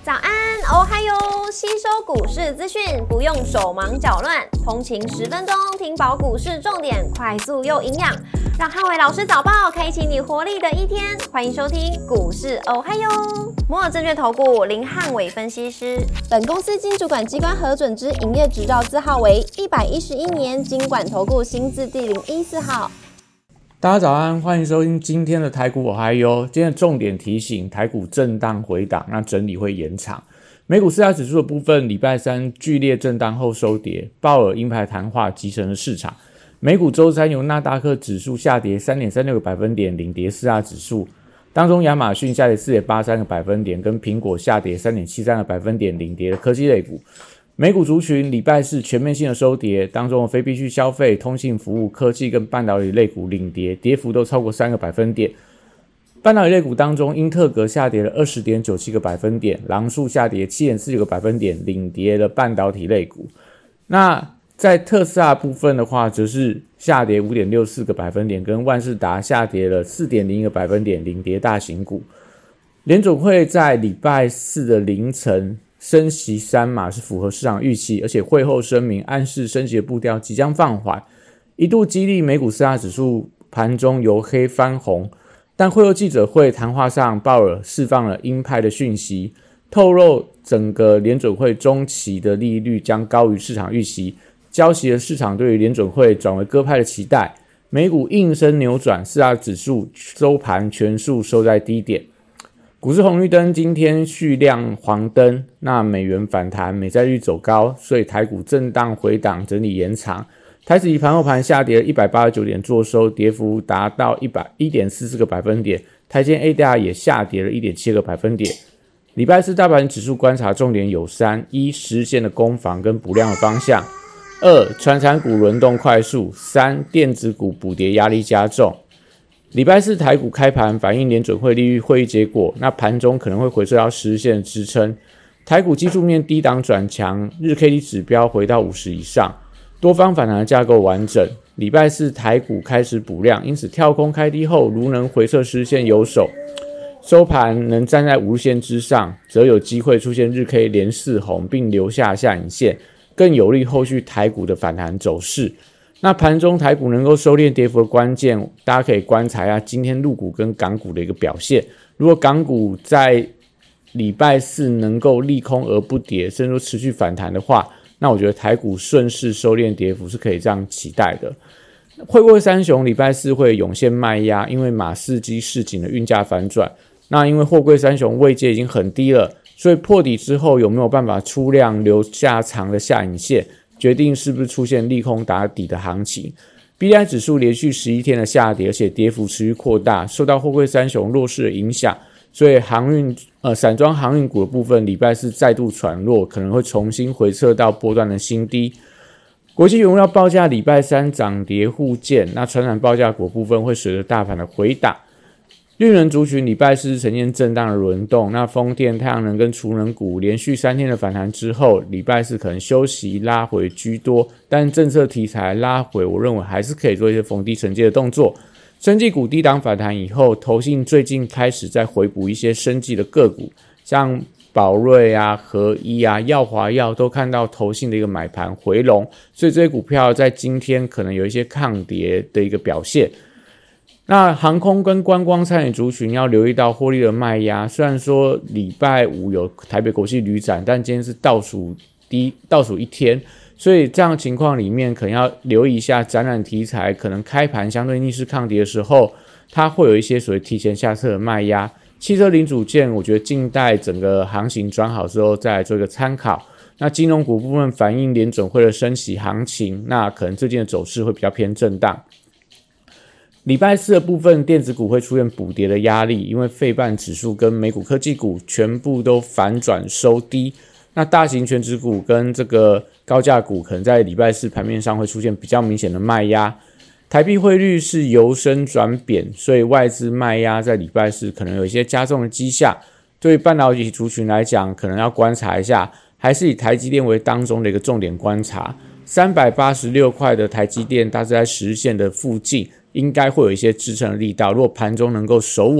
早安，哦嗨哟！吸收股市资讯不用手忙脚乱，通勤10分钟听饱股市重点，快速又营养，让汉伟老师早报开启你活力的一天。欢迎收听股市哦嗨哟！摩尔证券投顾林汉伟分析师，本公司经主管机关核准之营业执照字号为111年金管投顾新字第014号。 大家早安，欢迎收听今天的台股我嗨哟。今天的重点提醒，台股震荡回档，那整理会延长。美股四大指数的部分，礼拜三剧烈震荡后收跌，鲍尔鹰派谈话击沉了市场。美股周三由纳达克指数下跌 3.36 个百分点领跌四大指数，当中亚马逊下跌 4.83 个百分点，跟苹果下跌 3.73 个百分点领跌的科技类股。美股族群礼拜四全面性的收跌，当中的非必需消费、通信服务、科技跟半导体类股领跌，跌幅都超过3个百分点。半导体类股当中，英特格下跌了 20.97 个百分点，朗数下跌 7.49 个百分点，领跌了半导体类股。那在特斯拉部分的话，则是下跌 5.64 个百分点，跟万事达下跌了 4.01 个百分点，领跌大型股。联准会在礼拜四的凌晨升息3码是符合市场预期，而且会后声明暗示升息的步调即将放缓，一度激励美股四大指数盘中由黑翻红。但会后记者会谈话上，鲍尔释放了鹰派的讯息，透露整个联准会中期的利率将高于市场预期，浇熄了市场对于联准会转为鸽派的期待。美股应声扭转，四大指数收盘全数收在低点。股市红绿灯今天续亮黄灯，那美元反弹，美债率走高，所以台股震荡回档，整理延长。台指期盘后盘下跌了189点做收，跌幅达到 1.44 个百分点，台积 ADR 也下跌了 1.7 个百分点。礼拜四大盘指数观察重点有3： 1. 实现的攻防跟补量的方向； 2. 传产股轮动快速； 3. 电子股补跌压力加重。礼拜四台股开盘反映联准会利率会议结果，那盘中可能会回撤到10日线的支撑。台股技术面低档转强，日 K D 指标回到50以上，多方反弹的架构完整。礼拜四台股开始补量，因此跳空开低后，如能回撤10日线有手，收盘能站在5日线之上，则有机会出现日 K 连4红，并留下下影线，更有利后续台股的反弹走势。那盘中台股能够收敛跌幅的关键，大家可以观察一下今天陆股跟港股的一个表现。如果港股在礼拜四能够利空而不跌，甚至说持续反弹的话，那我觉得台股顺势收敛跌幅是可以这样期待的。货柜三雄礼拜四会涌现卖压，因为马士基市井的运价反转。那因为货柜三雄位阶已经很低了，所以破底之后有没有办法出量留下长的下影线，决定是不是出现利空打底的行情。BDI 指数连续11天的下跌，而且跌幅持续扩大，受到货柜三雄弱势的影响，所以散装航运股的部分礼拜四再度转弱，可能会重新回撤到波段的新低。国际原物料报价礼拜三涨跌互见，那传产报价股部分会随着大盘的回档。绿能族群礼拜四呈现震荡的轮动，那风电、太阳能跟储能股连续3天的反弹之后，礼拜四可能休息拉回居多，但政策题材拉回，我认为还是可以做一些逢低承接的动作。生技股低档反弹以后，投信最近开始在回补一些生技的个股，像宝瑞啊、合一啊、耀华药都看到投信的一个买盘回笼，所以这些股票在今天可能有一些抗跌的一个表现。那航空跟观光餐饮族群要留意到获利的卖压，虽然说礼拜五有台北国际旅展，但今天是倒数一天，所以这样的情况里面可能要留意一下展览题材，可能开盘相对逆势抗跌的时候，它会有一些所谓提前下车的卖压。汽车零组件我觉得静待整个行情转好之后再来做一个参考。那金融股部分反映联准会的升息行情，那可能最近的走势会比较偏震荡。礼拜四的部分，电子股会出现补跌的压力，因为费半指数跟美股科技股全部都反转收低。那大型权值股跟这个高价股可能在礼拜四盘面上会出现比较明显的卖压。台币汇率是由升转贬，所以外资卖压在礼拜四可能有一些加重的迹象。对于半导体族群来讲，可能要观察一下，还是以台积电为当中的一个重点观察。386块的台积电大致在10日线的附近，应该会有一些支撑的力道。如果盘中能够守稳，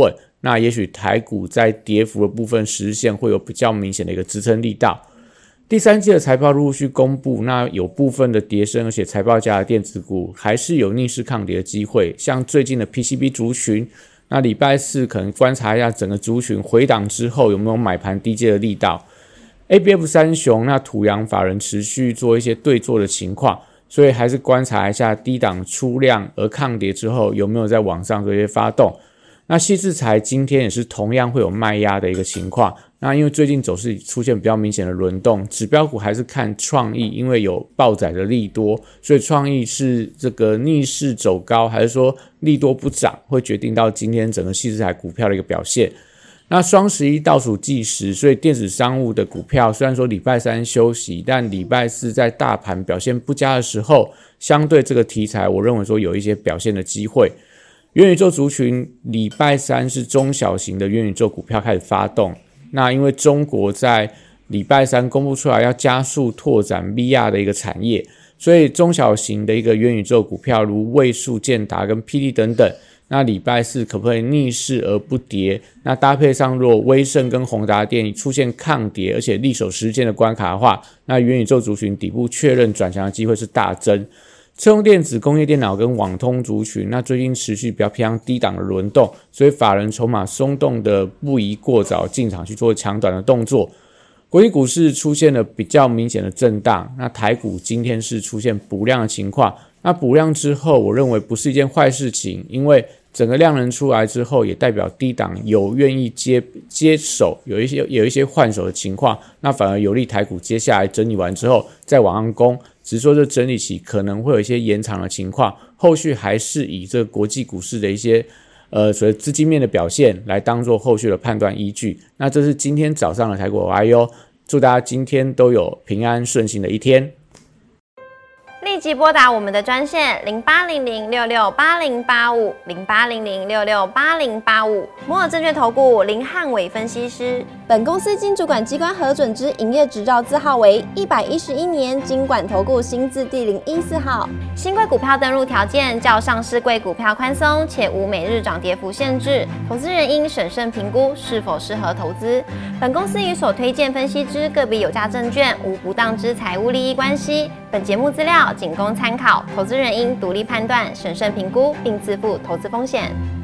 那也许台股在跌幅的部分实现会有比较明显的一个支撑力道。第三季的财报陆续公布，那有部分的跌升而且财报佳的电子股还是有逆势抗跌的机会，像最近的 PCB 族群，那礼拜四可能观察一下整个族群回档之后有没有买盘低阶的力道。ABF 三雄，那土洋法人持续做一些对做的情况，所以还是观察一下低档出量而抗跌之后有没有在往上做一些发动。那矽智财今天也是同样会有卖压的一个情况，那因为最近走势出现比较明显的轮动，指标股还是看创意，因为有爆载的利多，所以创意是这个逆势走高还是说利多不涨，会决定到今天整个矽智财股票的一个表现。那双11倒数计时，所以电子商务的股票虽然说礼拜三休息，但礼拜四在大盘表现不佳的时候，相对这个题材我认为说有一些表现的机会。元宇宙族群礼拜三是中小型的元宇宙股票开始发动，那因为中国在礼拜三公布出来要加速拓展 VR 的一个产业，所以中小型的一个元宇宙股票如位数、建达跟 PD 等等，那礼拜四可不可以逆势而不跌？那搭配上若威盛跟宏达电出现抗跌而且力守实践的关卡的话，那元宇宙族群底部确认转强的机会是大增。车用电子、工业电脑跟网通族群，那最近持续比较偏向低档的轮动，所以法人筹码松动的不宜过早进场去做抢短的动作。国际股市出现了比较明显的震荡，那台股今天是出现补量的情况，那补量之后我认为不是一件坏事情，因为整个量能出来之后也代表低档有愿意接手，有一些换手的情况，那反而有利台股接下来整理完之后再往上攻，只是说这整理期可能会有一些延长的情况，后续还是以这个国际股市的一些所谓资金面的表现来当做后续的判断依据。那这是今天早上的台股OIO，祝大家今天都有平安顺心的一天。 立即拨打我们的专线0800668085 0800668085，摩尔证券投顾林汉伟分析师。本公司经主管机关核准之营业执照字号为111年金管投顾新字第014号。新贵股票登录条件较上市贵股票宽松，且无每日涨跌幅限制，投资人应审慎评估是否适合投资。本公司与所推荐分析之个别有价证券无不当之财务利益关系。本节目资料仅供参考，投资人应独立判断、审慎评估，并自负投资风险。